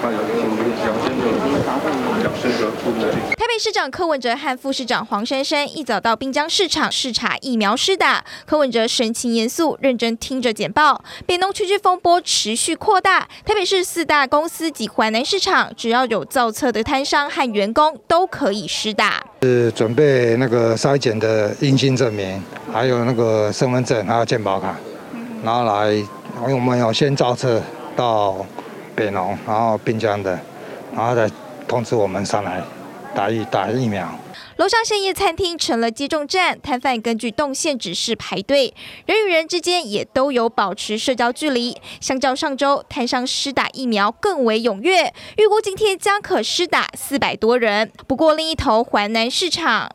台北市长柯文哲和副市长黄珊珊一早到滨江市场视察疫苗施打。柯文哲神情严肃，认真听着简报。北农区区风波持续扩大，台北市4大公司及环南市场，只要有造册的摊商和员工都可以施打。 是准备那个筛检的阴性证明，还有那个身份证，还有健保卡，然后来，我们有先造册到北农，然后滨江的，然后再通知我们上来打疫苗。 楼上宵夜餐厅成了接种站，摊贩根据动线指示排队，人与人之间也都有保持社交距离。相较上周，摊商施打疫苗更为踊跃，预估今天将可施打400多人。不过另一头环南市场，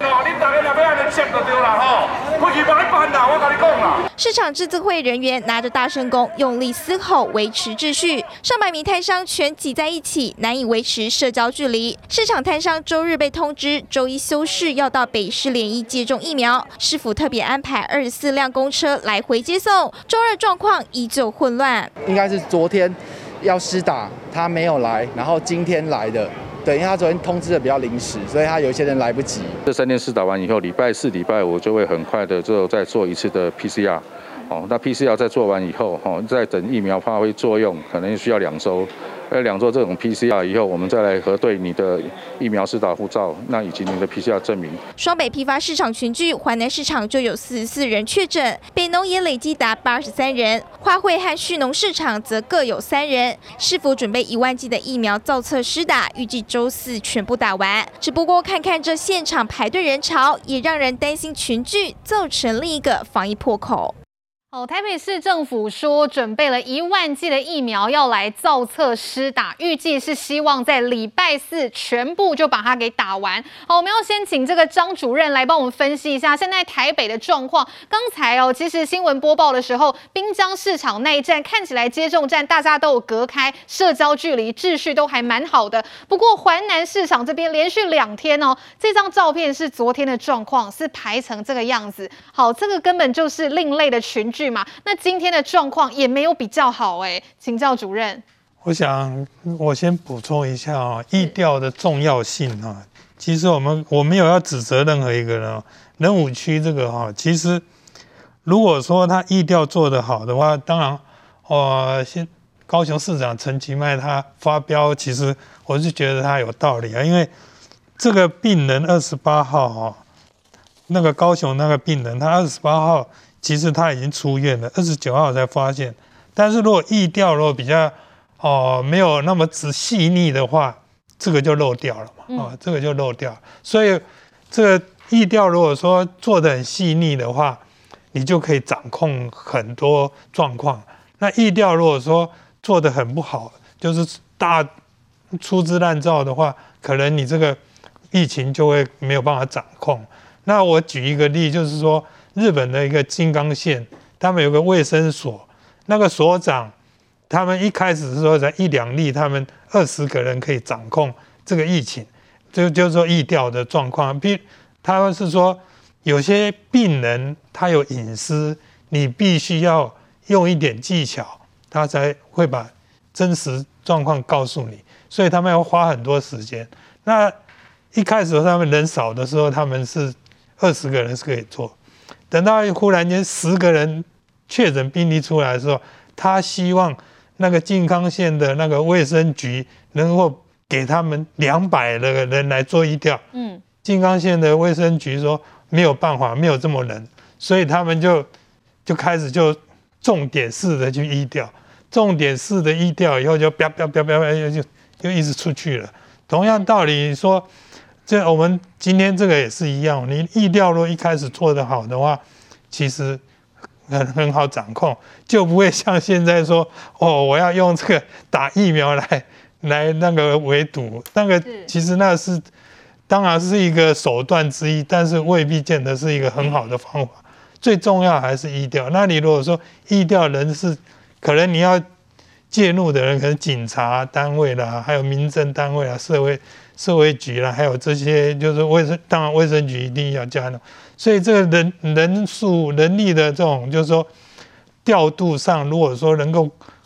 市场自治会人员拿着大声公，用力嘶吼维持秩序，上百名摊商全挤在一起，难以维持社交距离。市场摊商周日被通知，周一休市要到北市联谊接种疫苗，市府特别安排24辆公车来回接送。周二状况依旧混乱， 应该是昨天要施打，他没有来，然后今天来的。对，因为他昨天通知的比较临时，所以他有一些人来不及。 这3天施打完以后，礼拜4、礼拜5就会很快的就再做一次的 PCR。那 PCR 再做完以后，再等疫苗发挥作用，可能需要2周。2周这种 PCR 以后，我们再来核对你的疫苗施打护照，那以及你的 PCR 证明。 双北批发市场群聚，环南市场就有44人确诊，北农也累计达83人，花卉和畜农市场则各有3人。市府准备1万剂的疫苗造册施打，预计周4全部打完。只不过看看这现场排队人潮，也让人担心群聚造成另一个防疫破口。 台北市政府说准备了1万剂的疫苗要来造册施打，预计是希望在礼拜4全部就把它给打完。我们要先请这个张主任来帮我们分析一下现在台北的状况。刚才其实新闻播报的时候，滨江市场那一站看起来接种站大家都有隔开，社交距离秩序都还蛮好的。不过环南市场这边连续2天这张照片是昨天的状况，是排成这个样子。好，这个根本就是另类的群聚嘛，那今天的状况也没有比较好请教主任。 我想我先补充一下疫调的重要性其实我没有要指责任何一个人仁武区这个其实如果说他疫调做得好的话，当然高雄市长陈其迈他发飙，其实我是觉得他有道理因为这个病人28号那个高雄那个病人他28号其实他已经出院了，29号才发现。但是如果疫调如果比较没有那么细腻的话，这个就漏掉了嘛，这个就漏掉。所以这个疫调如果说做得很细腻的话，你就可以掌控很多状况。那疫调如果说做得很不好，就是粗制滥造的话，可能你这个疫情就会没有办法掌控。那我举一个例，就是说日本的一个金刚县，他们有个卫生所，那个所长，他们一开始是说才1、2例，他们20个人可以掌控这个疫情，就是说疫调的状况。他们是说有些病人他有隐私，你必须要用一点技巧，他才会把真实状况告诉你，所以他们要花很多时间。那一开始他们人少的时候，他们是20个人是可以做。等到忽然间10个人确诊病例出来的时候，他希望那个靖康县的那个卫生局能够给他们200个人来做疫调。靖康县的卫生局说没有办法，没有这么人，所以他们就开始就重点式的去疫调，重点式的疫调以后就就一直出去了。同样道理，你说我们今天这个也是一样，你疫调如果一开始做得好的话，其实很好掌控，就不会像现在说我要用这个打疫苗来那个围堵，那个其实那是当然是一个手段之一，但是未必见得是一个很好的方法。最重要还是疫调。那你如果说疫调人是可能你要介入的人，可能警察单位啦，还有民政单位啦，社会局啦，还有这些就是当然卫生局一定要加入。所以这个人力的这种就是说调度上，如果说能够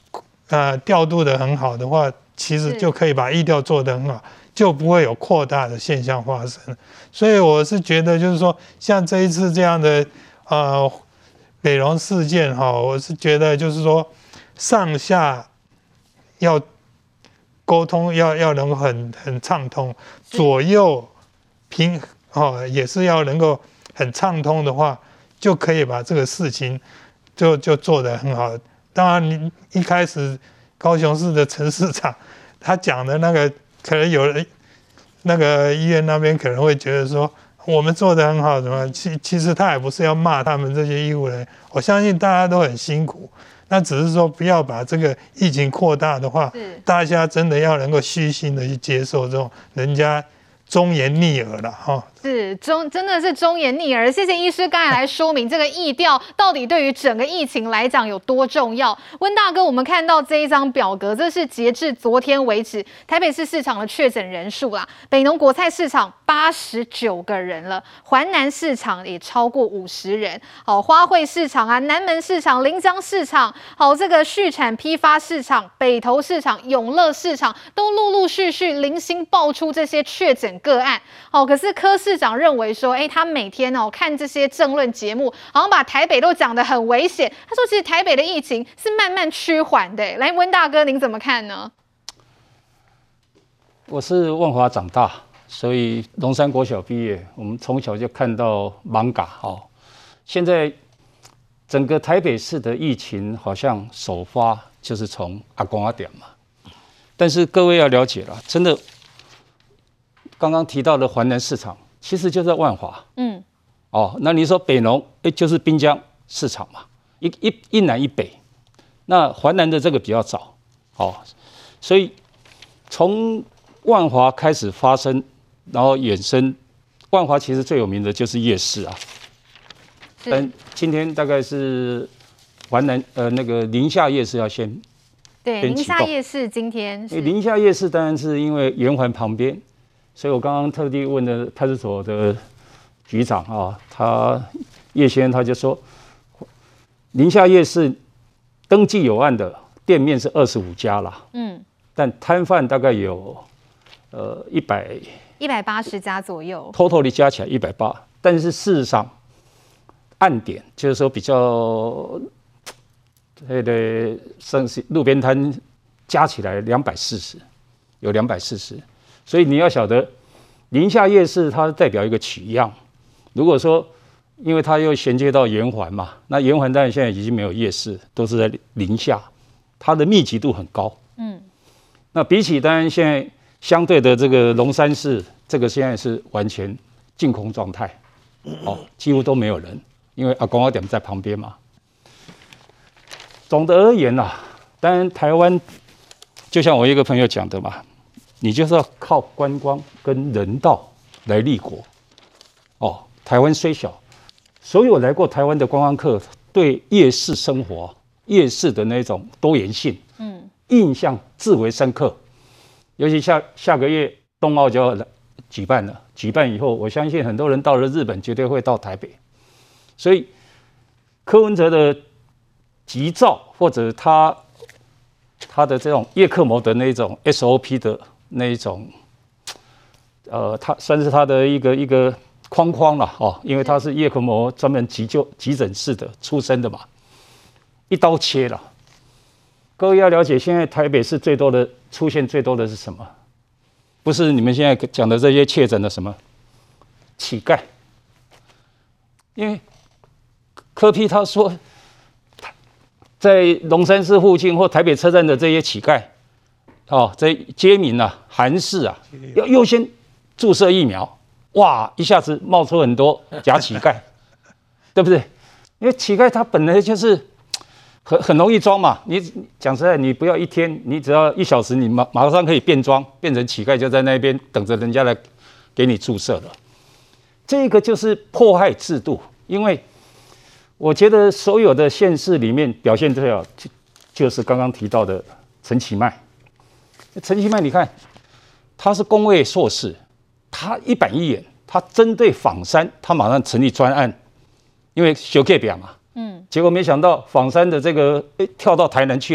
调度的很好的话，其实就可以把疫调做得很好，就不会有扩大的现象发生。所以我是觉得，就是说，像这一次这样的北农事件哈，我是觉得就是说，上下要沟通要能够很畅通，左右也是要能够很畅通的话，就可以把这个事情就做得很好。当然，你一开始高雄市的陈市长他讲的那个，可能有人那个医院那边可能会觉得说我们做得很好，怎么？其实他也不是要骂他们这些医务人员，我相信大家都很辛苦。那只是说不要把这个疫情扩大的话，大家真的要能够虚心的去接受这种人家忠言逆耳了哈。 是真的是忠言逆耳。谢谢医师刚才来说明这个疫调到底对于整个疫情来讲有多重要。温大哥，我们看到这一张表格，这是截至昨天为止台北市市场的确诊人数啦。北农果菜市场89个人了，环南市场也超过50人。好，花卉市场啊，南门市场、临江市场，好，这个畜产批发市场、北投市场、永乐市场都陆陆续续零星爆出这些确诊个案。好，可是柯市长认为说，他每天看这些政论节目，好像把台北都讲得很危险。他说，其实台北的疫情是慢慢趋缓的。来，温大哥，您怎么看呢？ 我是万华长大，所以龙山国小毕业，我们从小就看到艋舺哦。现在整个台北市的疫情好像首发就是从阿公阿店嘛，但是各位要了解了，真的。刚刚提到的环南市场，其实就在万华。那你说北农，就是滨江市场嘛，一南一北。那环南的这个比较早，所以从万华开始发生，然后衍生。万华其实最有名的就是夜市啊。但今天大概是环南那个宁夏夜市要先对，宁夏夜市今天是宁夏夜市，当然是因为圆环旁边。所以我刚刚特地问了派出所的局长叶先生他就说，宁夏夜市登记有案的店面是25家啦，但摊贩大概有 180家左右 ，total 加起来180，但是事实上案点就是说比较路边摊加起来240，有240。所以你要晓得，宁夏夜市它代表一个取样。如果说，因为它又衔接到圆环嘛，那圆环当然现在已经没有夜市，都是在宁夏，它的密集度很高。那比起当然现在相对的这个龙山市，这个现在是完全净空状态，几乎都没有人，因为阿公阿店在旁边嘛。总的而言当然台湾就像我一个朋友讲的嘛。你就是要靠观光跟人道来立国，台湾虽小，所有来过台湾的观光客对夜市生活、夜市的那种多元性，印象至为深刻。尤其下个月冬奥就要举办了，举办以后，我相信很多人到了日本，绝对会到台北。所以柯文哲的急躁，或者他的这种叶克膜的那种 SOP 的。那一种，他算是他的一个框了因为他是叶克膜专门急诊室的出身的嘛，一刀切了。各位要了解，现在台北市出现最多的是什么？不是你们现在讲的这些确诊的什么乞丐，因为柯 P 他说，在龙山寺附近或台北车站的这些乞丐。这街民韩氏要优先注射疫苗，哇，一下子冒出很多假乞丐，对不对？因为乞丐他本来就是很容易装嘛。你讲实在，你不要一天，你只要1小时，你马上可以变装，变成乞丐，就在那边等着人家来给你注射了。这个就是迫害制度，因为我觉得所有的县市里面表现最好就是刚刚提到的陈其迈。陈其迈，你看，他是公卫硕士，他一板一眼，他针对枋山，他马上成立专案，因为修 K 表嘛，结果没想到枋山的这个跳到台南去了，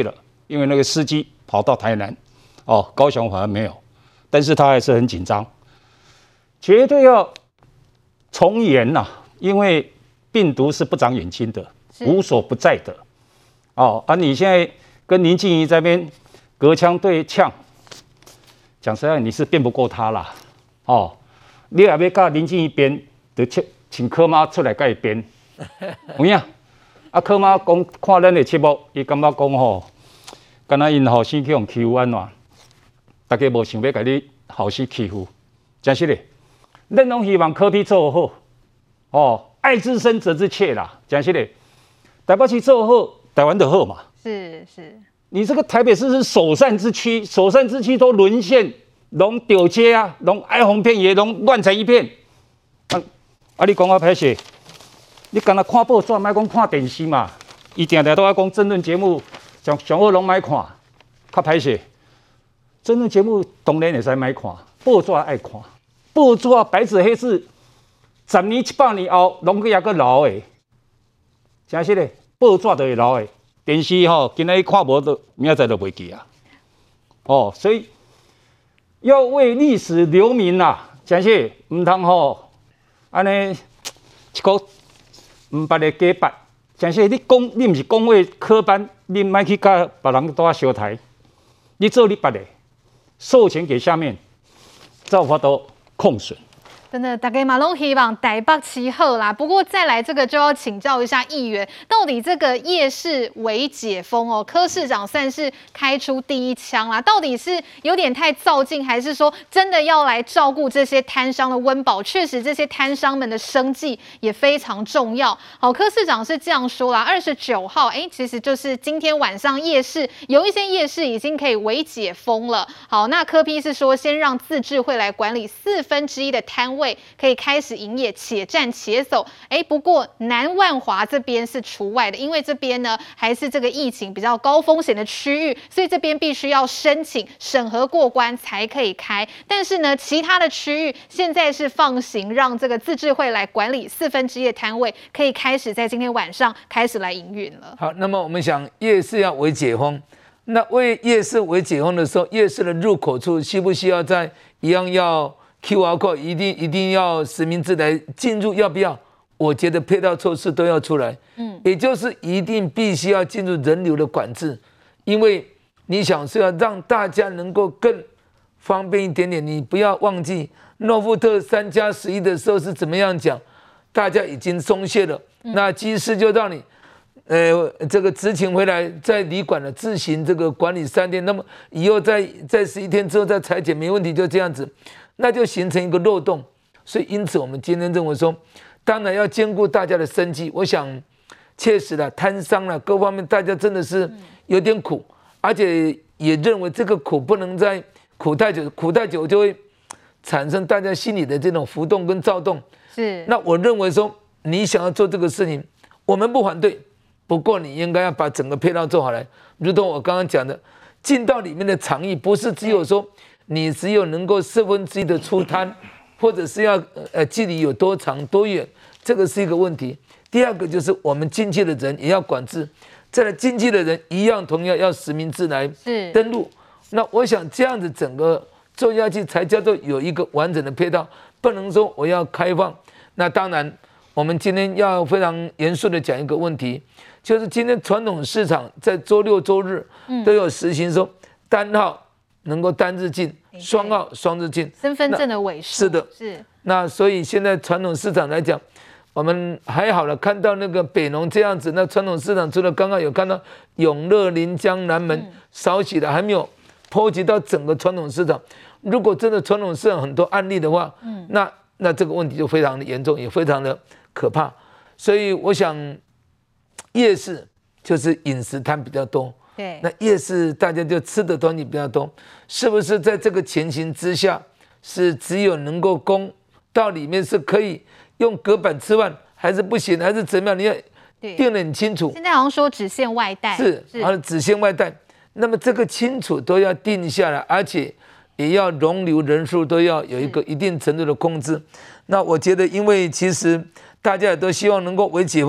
因为那个司机跑到台南，高雄反而没有，但是他还是很紧张，绝对要从严呐，因为病毒是不长眼睛的，无所不在的。你现在跟林静怡这边隔枪对呛，讲实在你是辩不过他啦。你也要跟林静怡辩，就请柯妈出来跟伊辩。有影？柯妈讲看咱的节目，伊感觉讲敢若因后生去用欺负安怎？大家无想要甲你后生欺负，真是嘞。咱拢希望柯 P 做好，爱之深责之切啦，真是嘞。台北市做好，台湾就好嘛。 是。 你这个台北市是首善之区，首善之区都沦陷，拢丢街啊，拢哀鸿遍野，拢乱成一片。你讲我歹势，你干那看报纸，莫讲看电视嘛。伊定定都爱讲争论节目，上好拢莫看，较歹势。争论节目当然会使莫看，报纸爱看。报纸白纸黑字，10年100年后，拢个也个老的，真是嘞。报纸就会老的，电视今仔日看无，都明仔载就袂记啊。所以要为历史留名啦，真是唔通安尼一个唔捌的假捌，真是你唔是讲话科班，你莫去甲别人在相抬，你做你捌的，授权给下面，造法都控损。 真的，大家嘛拢希望台北市好啦。不过再来这个就要请教一下议员，到底这个夜市微解封柯市长算是开出第一枪啦？到底是有点太躁进，还是说真的要来照顾这些摊商的温饱？确实，这些摊商们的生计也非常重要。好，柯市长是这样说啦，29号，其实就是今天晚上夜市有一些夜市已经可以微解封了。好，那柯 P 是说先让自治会来管理1/4的摊位。可以开始营业，且战且走。不过南万华这边是除外的，因为这边呢还是这个疫情比较高风险的区域，所以这边必须要申请审核过关才可以开。但是呢，其他的区域现在是放行，让这个自治会来管理1/4的摊位，可以开始在今天晚上开始来营运了。 好，那么我们想夜市要微解封，那为夜市微解封的时候，夜市的入口处需不需要在一样要QR code 一定要实名制来进入，要不要？我觉得配套措施都要出来，也就是一定必须要进入人流的管制，因为你想是要让大家能够更方便一点点，你不要忘记诺富特3+11的时候是怎么样讲，大家已经松懈了，那机师就让你这个执勤回来在旅馆的自行这个管理3天，那么以后在11天之后再裁剪没问题，就这样子。那就形成一个漏洞，所以因此我们今天认为说，当然要兼顾大家的生计。我想，确实啦，摊商啦，各方面大家真的是有点苦，而且也认为这个苦不能再苦太久就会产生大家心里的这种浮动跟躁动。是。那我认为说，你想要做这个事情，我们不反对，不过你应该要把整个配套做好来。如同我刚刚讲的，进到里面的场域不是只有说。你只有能够1/4的出摊，或者是要距离有多长多远，这个是一个问题。第二个就是我们进去的人也要管制，再来进去的人一样同样要实名制来登录。那我想这样子整个做下去才叫做有一个完整的配套，不能说我要开放。那当然，我们今天要非常严肃的讲一个问题，就是今天传统市场在周六周日都有实行说单号能够单日进，双号双日进， 身份证的尾数是的，是。那所以现在传统市场来讲，我们还好了，看到那个北农这样子，那传统市场除了刚刚有看到永乐、临江、南门少许的，还没有波及到整个传统市场。如果真的传统市场很多案例的话，那这个问题就非常的严重，也非常的可怕。所以我想，夜市就是饮食摊比较多。那夜市大家就吃的东西比较多，是不是在这个情形之下，是只有能够供到里面是可以用隔板吃饭，还是不行，还是怎么样？你要定得很清楚。 现在好像说只限外带， 是只限外带。那么这个清楚都要定下来，而且也要容留人数都要有一个一定程度的控制。那我觉得，因为其实大家也都希望能够微解封，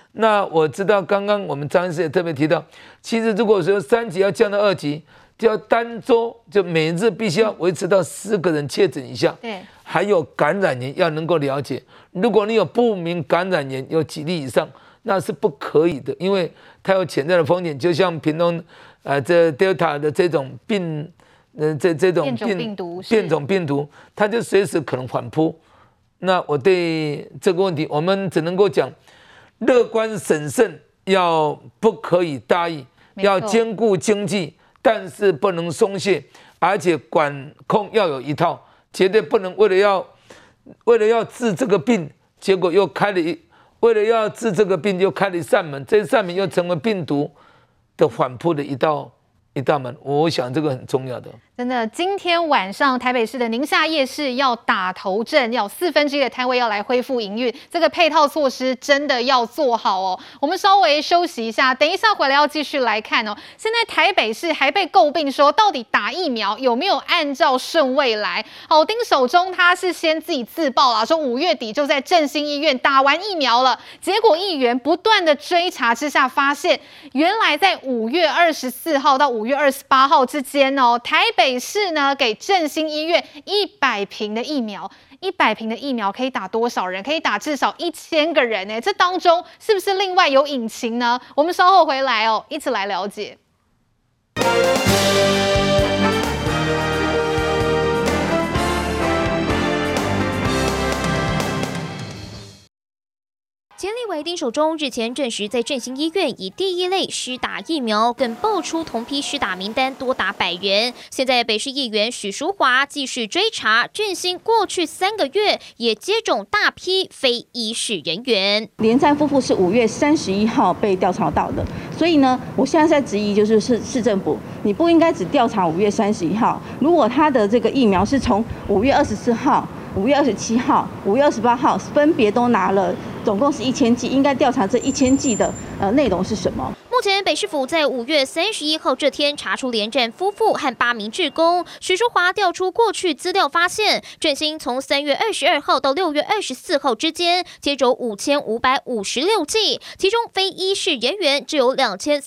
那我知道刚刚我们张医师也特别提到，其实如果说3级要降到2级，就要单周就每日必须要维持到10个人确诊以下。 对， 还有感染源要能够了解，如果你有不明感染源有几例以上，那是不可以的，因为它有潜在的风险，就像屏东这 Delta 的这种病，这种变种病毒，它就随时可能反扑。那我对这个问题，我们只能够讲，乐观审慎，不可以大意，要兼顾经济，但是不能松懈，而且管控要有一套，绝对不能为了要治这个病，结果又为了要治这个病又开了一扇门，这一扇门又成为病毒的反扑的一道门，我想这个很重要的。 真的，今天晚上台北市的宁夏夜市要打头阵，要1/4的摊位要来恢复营运，这个配套措施真的要做好哦。我们稍微休息一下，等一下回来要继续来看哦。现在台北市还被诟病说，到底打疫苗有没有按照顺位来？好，丁守中他是先自己自爆啦，说5月底就在振兴医院打完疫苗了，结果议员不断的追查之下，发现原来在5月24号到5月28号之间哦，台北市呢给振兴医院100瓶的疫苗，100瓶的疫苗可以打多少人？可以打至少1000个人呢。这当中是不是另外有隐情呢？我们稍后回来哦，一起来了解。 前立委丁守中日前证实，在振兴医院以第1类施打疫苗，更爆出同批施打名单多达100人。现在北市议员许淑华继续追查振兴过去3个月也接种大批非医事人员。 连战夫妇是5月31号被调查到的，所以呢，我现在在质疑就是市政府，你不应该只调查5月31号，如果他的这个疫苗是从5月24号。5月27号、5月28号分别都拿了，总共是1000剂，应该调查这1000剂的内容是什么。 目前北市府在5月31号这天查出连战夫妇和8名志工。许淑华调出过去资料，发现振兴从3月22号到6月24号之间接种5556剂，其中非医事人员只有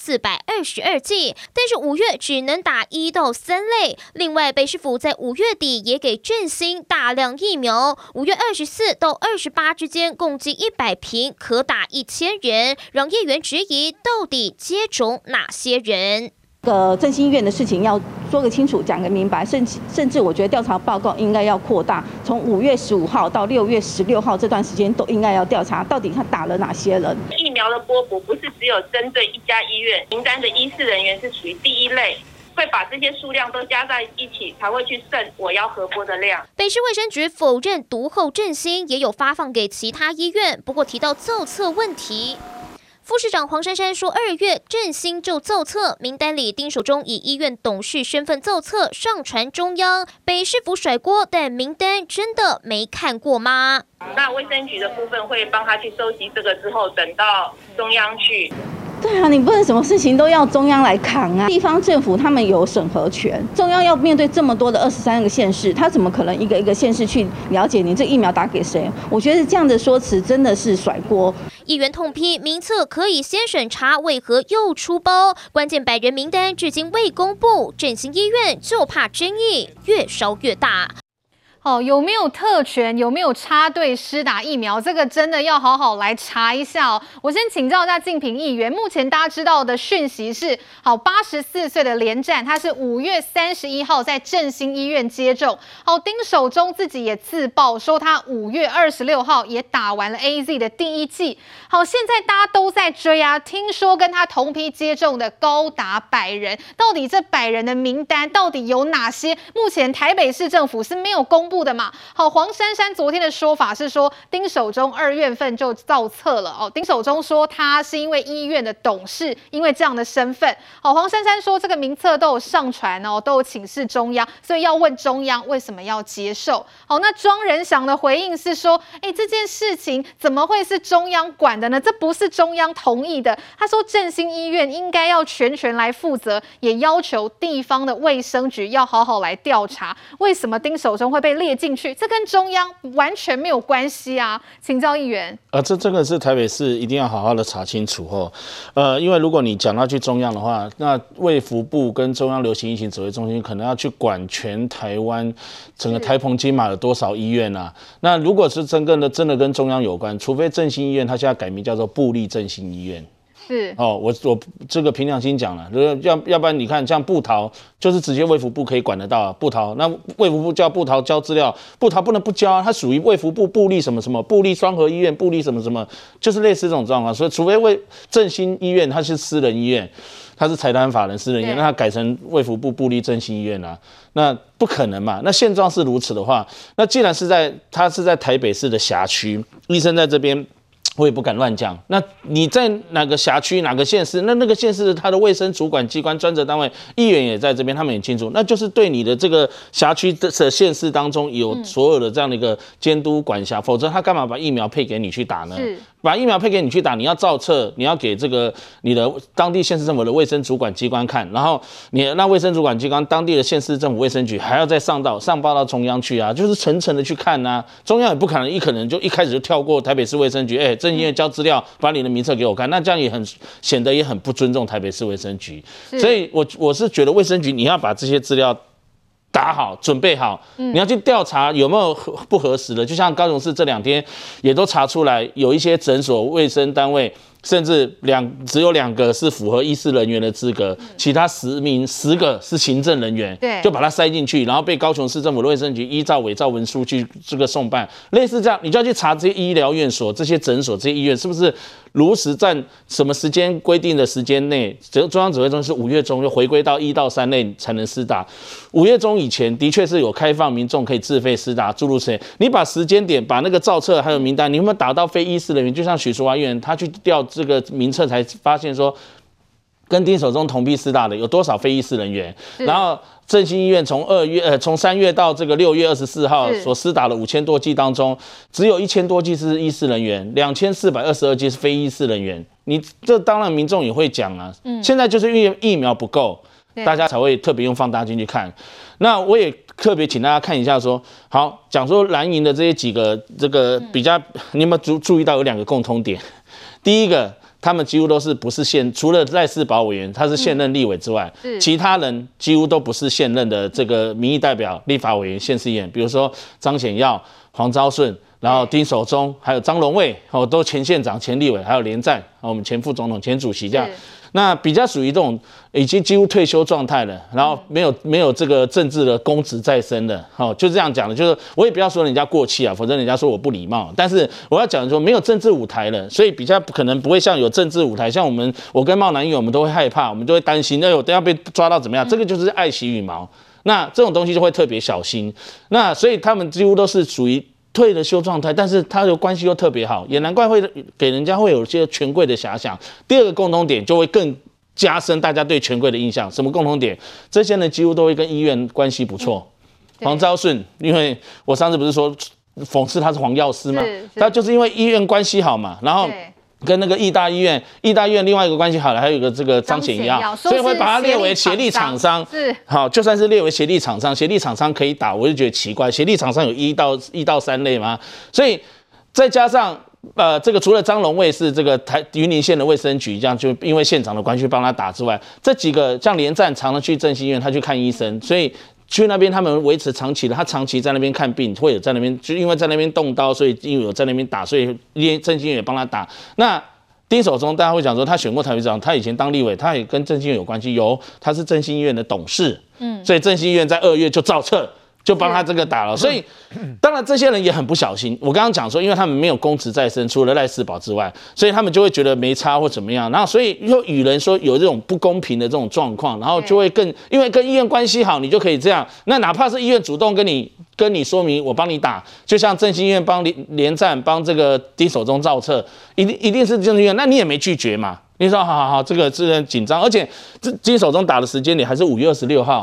2422剂，但是5月只能打1到3类。另外，北市府在5月底也给振兴大量疫苗，5月24到28之间共计100瓶，可打1000人，让业员质疑到底接种哪些人？ 振兴医院的事情要说个清楚，讲个明白，甚至我觉得调查报告应该要扩大，从5月15号到6月16号这段时间都应该要调查，到底他打了哪些人。 疫苗的拨补不是只有针对一家医院，名单的医事人员是属于第1类。会把这些数量都加在一起，才会去剩我要核拨的量。 北市卫生局否认独后振兴也有发放给其他医院，不过提到造册问题。副市长黄珊珊说，2月振兴就造册，名单里丁守中以医院董事身份造册上传中央，北市府甩锅，但名单真的没看过吗？ 那卫生局的部分会帮他去收集这个之后，等到中央去。 对啊，你不能什么事情都要中央来扛啊！地方政府他们有审核权，中央要面对这么多的23个县市，他怎么可能一个一个县市去了解你这疫苗打给谁？我觉得这样的说辞真的是甩锅。 议员痛批名册可以先审查，为何又出包？关键100人名单至今未公布，振兴医院就怕争议越烧越大。 有没有特权？有没有插队施打疫苗？这个真的要好好来查一下哦。我先请教一下敬平议员，目前大家知道的讯息是，84岁的连战，他是5月31号在振兴医院接种。丁守中自己也自曝说，他5月26号也打完了 AZ 的第1剂。现在大家都在追啊，听说跟他同批接种的高达100人，到底这100人的名单到底有哪些？目前台北市政府是没有公布的嘛？黄珊珊昨天的说法是说，丁守中2月份就造册了丁守中说他是因为医院的董事，因为这样的身份。黄珊珊说这个名册都有上传都有请示中央，所以要问中央为什么要接受。那庄仁祥的回应是说，这件事情怎么会是中央管的呢？这不是中央同意的。他说振兴医院应该要全权来负责，也要求地方的卫生局要好好来调查，为什么丁守中会被列进去，这跟中央完全没有关系啊！请教议员。 这个是台北市一定要好好的查清楚哦。因为如果你讲到去中央的话，那卫福部跟中央流行疫情指挥中心可能要去管全台湾整个台澎金马有多少医院啊？那如果是真的跟中央有关，除非振兴医院，它现在改名叫做部立振兴医院。 是我这个凭良心讲了，要不然你看像部桃就是直接卫福部可以管得到啊，部桃那卫福部叫部桃交资料，部桃不能不交啊，它属于卫福部部立什么什么，部立双和医院，部立什么什么，就是类似这种状况。所以除非振兴医院它是私人医院，它是财团法人私人医院，那它改成卫福部部立振兴医院啊，那不可能嘛。那现状是如此的话，那既然它是在台北市的辖区，医生在这边。我也不敢乱讲。那你在哪个辖区、哪个县市？那个县市它的卫生主管机关、专责单位、议员也在这边，他们也清楚。那就是对你的这个辖区的县市当中有所有的这样的一个监督管辖，否则他干嘛把疫苗配给你去打呢？把疫苗配给你去打，你要造册，你要给这个你的当地县市政府的卫生主管机关看，然后你让卫生主管机关、当地的县市政府卫生局还要再上报到中央去啊，就是层层的去看啊。中央也不可能就一开始就跳过台北市卫生局，振兴医院交资料，把你的名册给我看，那这样也显得也很不尊重台北市卫生局。所以我是觉得卫生局你要把这些资料打好，准备好，你要去调查有没有不核实的。就像高雄市这2天也都查出来，有一些诊所、卫生单位，甚至只有2个是符合医事人员的资格，其他10个是行政人员，就把它塞进去，然后被高雄市政府的卫生局依照伪造文书去这个送办，类似这样，你就要去查这些医疗院所、这些诊所、这些医院是不是如实在什么时间规定的时间内，中央指挥中心是5月中就回归到1到3类才能施打。5月中以前的确是有开放民众可以自费施打，诸如此类。你把时间点、把那个造册还有名单，你有没有打到非医师人员？就像许淑华议员他去调这个名册，才发现说，跟丁守中同批施打的有多少非医师人员？然后振兴医院从3月到这个6月24号所施打的5000多剂当中，只有1000多剂是医师人员，2422剂是非医师人员。你这当然民众也会讲啊，现在就是因为疫苗不够，大家才会特别用放大镜去看。那我也特别请大家看一下说，好讲说蓝营的这些几个这个比较，你有没有注意到有2个共通点？第一个，他们几乎都是不是除了赖士葆委员他是现任立委之外，其他人几乎都不是现任的这个民意代表、立法委员、县市议员，比如说张显耀、黄昭顺，然后丁守中，还有张荣卫，都前县长、前立委，还有连战，我们前副总统、前主席这样。那比较属于这种已经几乎退休状态了，然后没有这个政治的公职在身的，就这样讲的，就是我也不要说人家过气啊，否则人家说我不礼貌。但是我要讲说没有政治舞台了，所以比较可能不会像有政治舞台，像我跟茂南议员，我们都会害怕，我们都会担心，我等一下被抓到怎么样？这个就是爱惜羽毛，那这种东西就会特别小心。那所以他们几乎都是属于退了休状态，但是他的关系又特别好，也难怪会给人家会有些权贵的遐想。第2个共同点就会更加深大家对权贵的印象。什么共同点？这些人几乎都会跟医院关系不错。黄昭顺，因为我上次不是说讽刺他是黄药师吗？他就是因为医院关系好嘛，然后跟那个义大医院另外一个关系好了，还有一个这张显耀，所以会把它列为协力厂商。好，就算是列为协力厂商，协力厂商可以打，我就觉得奇怪，协力厂商有1到3类吗？所以再加上这个除了张荣卫是这个云林县的卫生局，这样就因为县长的关系帮他打之外，这几个像连战常常去振兴医院，他去看医生，所以去那边他们维持长期的，他长期在那边看病，或者在那边就因为在那边动刀，所以因为有在那边打，所以振兴医院也帮他打。那丁守中大家会讲说他选过台北市长，他以前当立委，他也跟振兴医院有关系，他是振兴医院的董事，所以振兴医院在2月就造册。就帮他这个打了，所以当然这些人也很不小心。我刚刚讲说，因为他们没有公职在身，除了赖士葆之外，所以他们就会觉得没差或怎么样，然后所以又与人说有这种不公平的这种状况，然后就会因为跟医院关系好，你就可以这样。那哪怕是医院主动跟你说明，我帮你打，就像振兴医院帮连战帮这个丁守中造册，一定是振兴医院，那你也没拒绝嘛？你说好，这个紧张，而且丁守中打的时间点还是5月26号。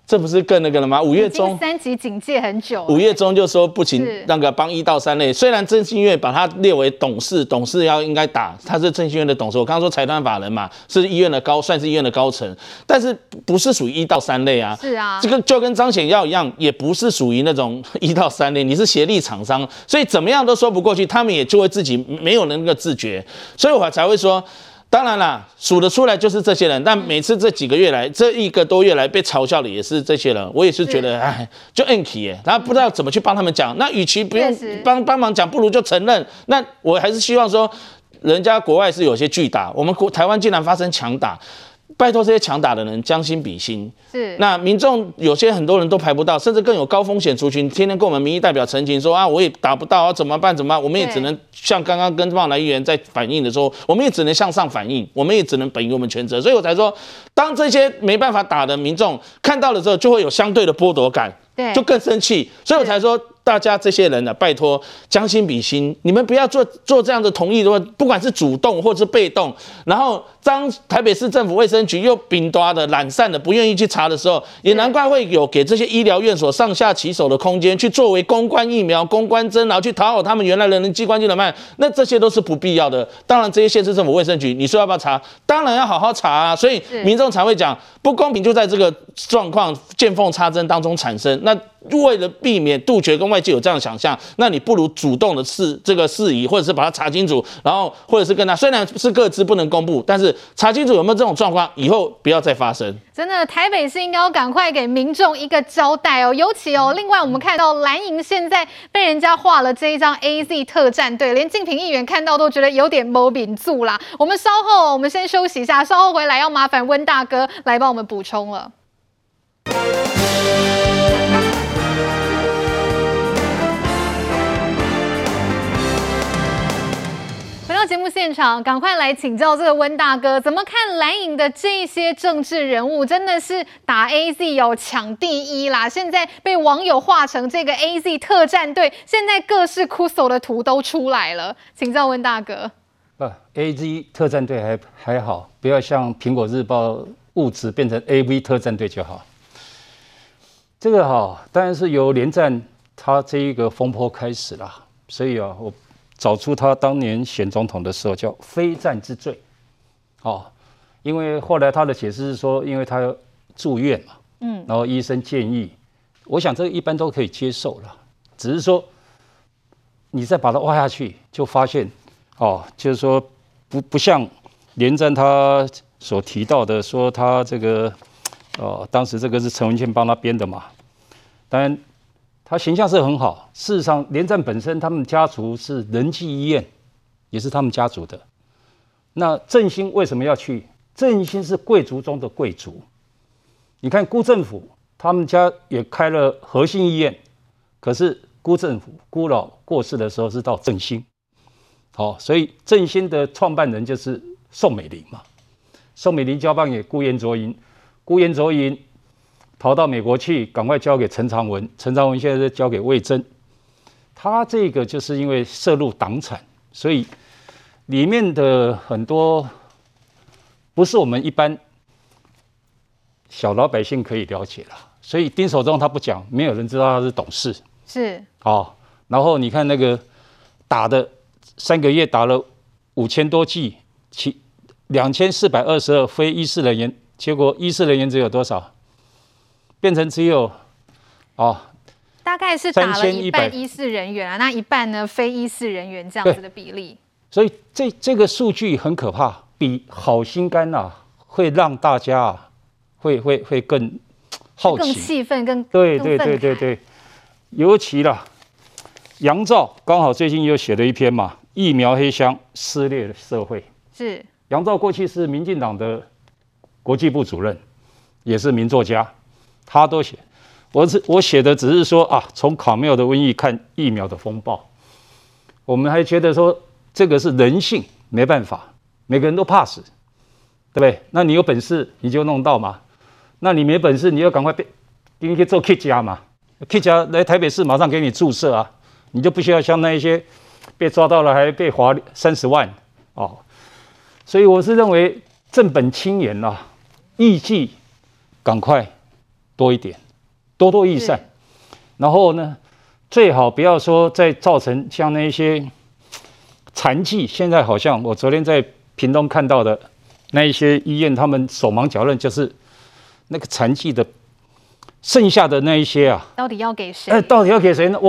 这不是更那个了吗？5月中 3级警戒很久 ，5月中就说不行，那个帮1到3类。虽然振兴院把它列为董事应该打，他是振兴院的董事。我刚刚说财团法人嘛，是医院的算是医院的高层，但是不是属于1到3类啊。 是啊， 这个就跟张显耀一样，也不是属于那种1到3类，你是协力厂商，所以怎么样都说不过去，他们也就会自己没有那个自觉，所以我才会说。当然啦，数得出来就是这些人，但每次这几个月来，这1个多月来被嘲笑的也是这些人，我也是觉得，哎，就 Anki 耶，他不知道怎么去帮他们讲。那与其不用帮忙讲，不如就承认。那我还是希望说，人家国外是有些巨打，我们台湾竟然发生强打。拜托这些强打的人将心比心， 是那民众有些很多人都排不到，甚至更有高风险族群，天天跟我们民意代表陈情说啊，我也打不到啊，怎么办？我们也只能像刚刚跟旺来议员在反映的时候，我们也只能向上反映，我们也只能本于我们全责，所以我才说，当这些没办法打的民众看到了之后，就会有相对的剥夺感， 对， 就更生气，所以我才说。大家这些人呢，拜托将心比心，你们不要做这样的同意的话，不管是主动或是被动，然后当台北市政府卫生局又秉大的懒散的不愿意去查的时候，也难怪会有给这些医疗院所上下其手的空间，去作为公关疫苗、公关针，然后去讨好他们原来人际关系人脉，那这些都是不必要的。当然，这些县市政府卫生局，你说要不要查？当然要好好查啊。所以民众才会讲不公平，就在这个状况见缝插针当中产生。那为了避免杜绝跟外界有这样的想象，那你不如主动的事宜，或者是把它查清楚，然后或者是跟他虽然是各自不能公布，但是查清楚有没有这种状况，以后不要再发生。 真的，台北市应该要赶快给民众一个交代哦。尤其另外我们看到蓝营现在被人家画了这一张 AZ 特战队，连敬平议员看到都觉得有点没秉住啦。我们先休息一下，稍后回来要麻烦温大哥来帮我们补充了。回到节目现场，赶快来请教这个温大哥，怎么看蓝营的这些政治人物，真的是打 AZ 抢第一啦！现在被网友画成这个 AZ 特战队，现在各式酷手的图都出来了，请教温大哥。 AZ 特战队还好，不要像苹果日报误指变成 AV 特战队就好。这个当然是由连战他这一个风波开始啦，所以我找出他当年选总统的时候叫非战之罪，因为后来他的解释是说，因为他住院嘛，然后医生建议，我想这个一般都可以接受了，只是说你再把它挖下去，就发现就是说不像连战他所提到的说他这个当时这个是陈文茜帮他编的嘛，当然。他形象是很好，事实上，连战本身他们家族是仁济医院，也是他们家族的。那振兴为什么要去？振兴是贵族中的贵族。你看辜政府，他们家也开了和信医院，可是辜政府辜老过世的时候是到振兴，所以振兴的创办人就是宋美龄嘛。宋美龄交棒给辜延卓银，辜延卓银。逃到美国去，赶快交给陈长文。陈长文现在是交给魏征，他这个就是因为涉入党产，所以里面的很多不是我们一般小老百姓可以了解了。所以丁守中他不讲，没有人知道他是董事。 是然后你看那个打的3个月打了5000多剂，2422非医事人员，结果医事人员只有多少？变成只有大概是打了一半医事人员那一半呢非医事人员这样子的比例。 所以这个数据很可怕，比好心肝会让大家会更好奇、 更气愤、更对，尤其啦，杨照刚好最近又写了一篇嘛，疫苗黑箱撕裂的社会。 是杨照过去是民进党的国际部主任，也是名作家。他都写，我写的只是说从卡缪的瘟疫看疫苗的风暴，我们还觉得说这个是人性，没办法，每个人都怕死，对不对？那你有本事你就弄到嘛，那你没本事你就赶快给你去做 K 家嘛 ，K 家来台北市马上给你注射啊，你就不需要像那一些被抓到了还被罚30万所以我是认为正本清源义纪赶快多一点，多益善。然后呢，最好不要说再造成像那些残疾。现在好像我昨天在屏东看到的那一些医院，他们手忙脚乱，就是那个残疾的剩下的那一些啊， 到底要给谁？ 到底要给谁呢？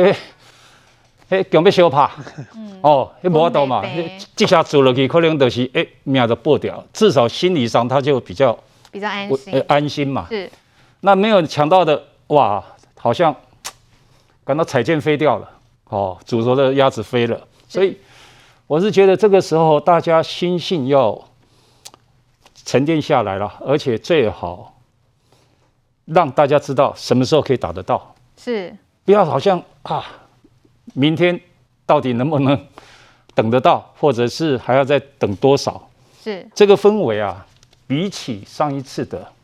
强要相拍，无法度嘛，这下做落去，可能就是命就报掉，至少心理上他就比较安心嘛。 是， 那没有抢到的，哇，好像感到彩箭飞掉了，煮熟的鸭子飞了。所以我是觉得这个时候大家心性要沉淀下来了，而且最好让大家知道什么时候可以打得到， 是， 不要好像明天到底能不能等得到，或者是还要再等多少？ 是这个氛围啊，比起上一次的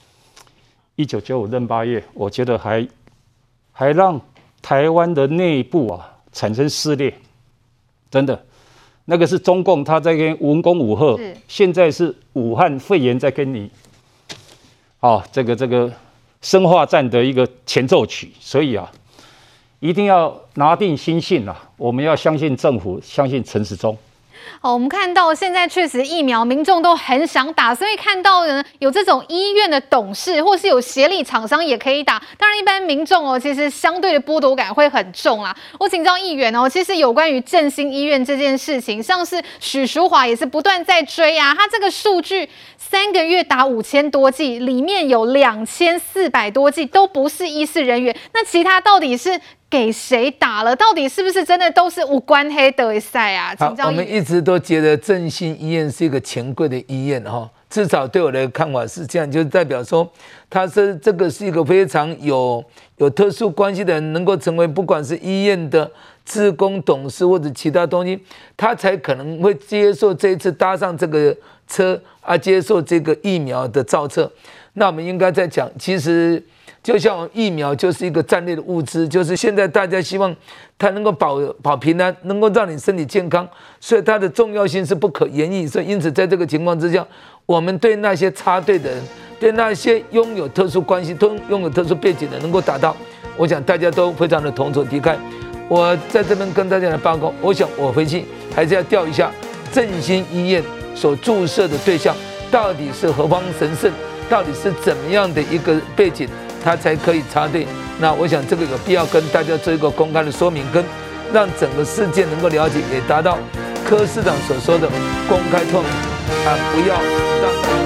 1995闰8月，我觉得还让台湾的内部啊产生撕裂，真的，那个是中共他在跟文攻武吓，现在是武汉肺炎在跟你，这个生化战的一个前奏曲，所以啊。一定要拿定心性啊！我们要相信政府，相信陈时中。 我们看到现在确实疫苗民众都很想打，所以看到呢有这种医院的董事或是有协力厂商也可以打。当然，一般民众其实相对的剥夺感会很重啦。我请教议员其实有关于振兴医院这件事情，像是许淑华也是不断在追啊，他这个数据3个月打5000多剂，里面有2400多剂都不是医事人员，那其他到底是给谁打了？到底是不是真的都是无关黑的赛啊？ 好，我们一直都觉得振兴医院是一个钱柜的医院至少对我的看法是这样，就是代表说，他是这个是一个非常有特殊关系的人，能够成为不管是医院的志工董事或者其他东西，他才可能会接受这一次搭上这个车接受这个疫苗的造册。那我们应该在讲，其实。就像疫苗就是一个战略的物资，就是现在大家希望它能够保平安，能够让你身体健康，所以它的重要性是不可言喻。所以因此在这个情况之下，我们对那些插队的人，对那些拥有特殊关系、拥有特殊背景的人能够达到，我想大家都非常的同仇敌忾。我在这边跟大家来报告，我想我回去还是要调一下振兴医院所注射的对象到底是何方神圣，到底是怎么样的一个背景。他才可以插队。那我想这个有必要跟大家做一个公开的说明，跟让整个世界能够了解，也达到柯市长所说的公开透明不要让。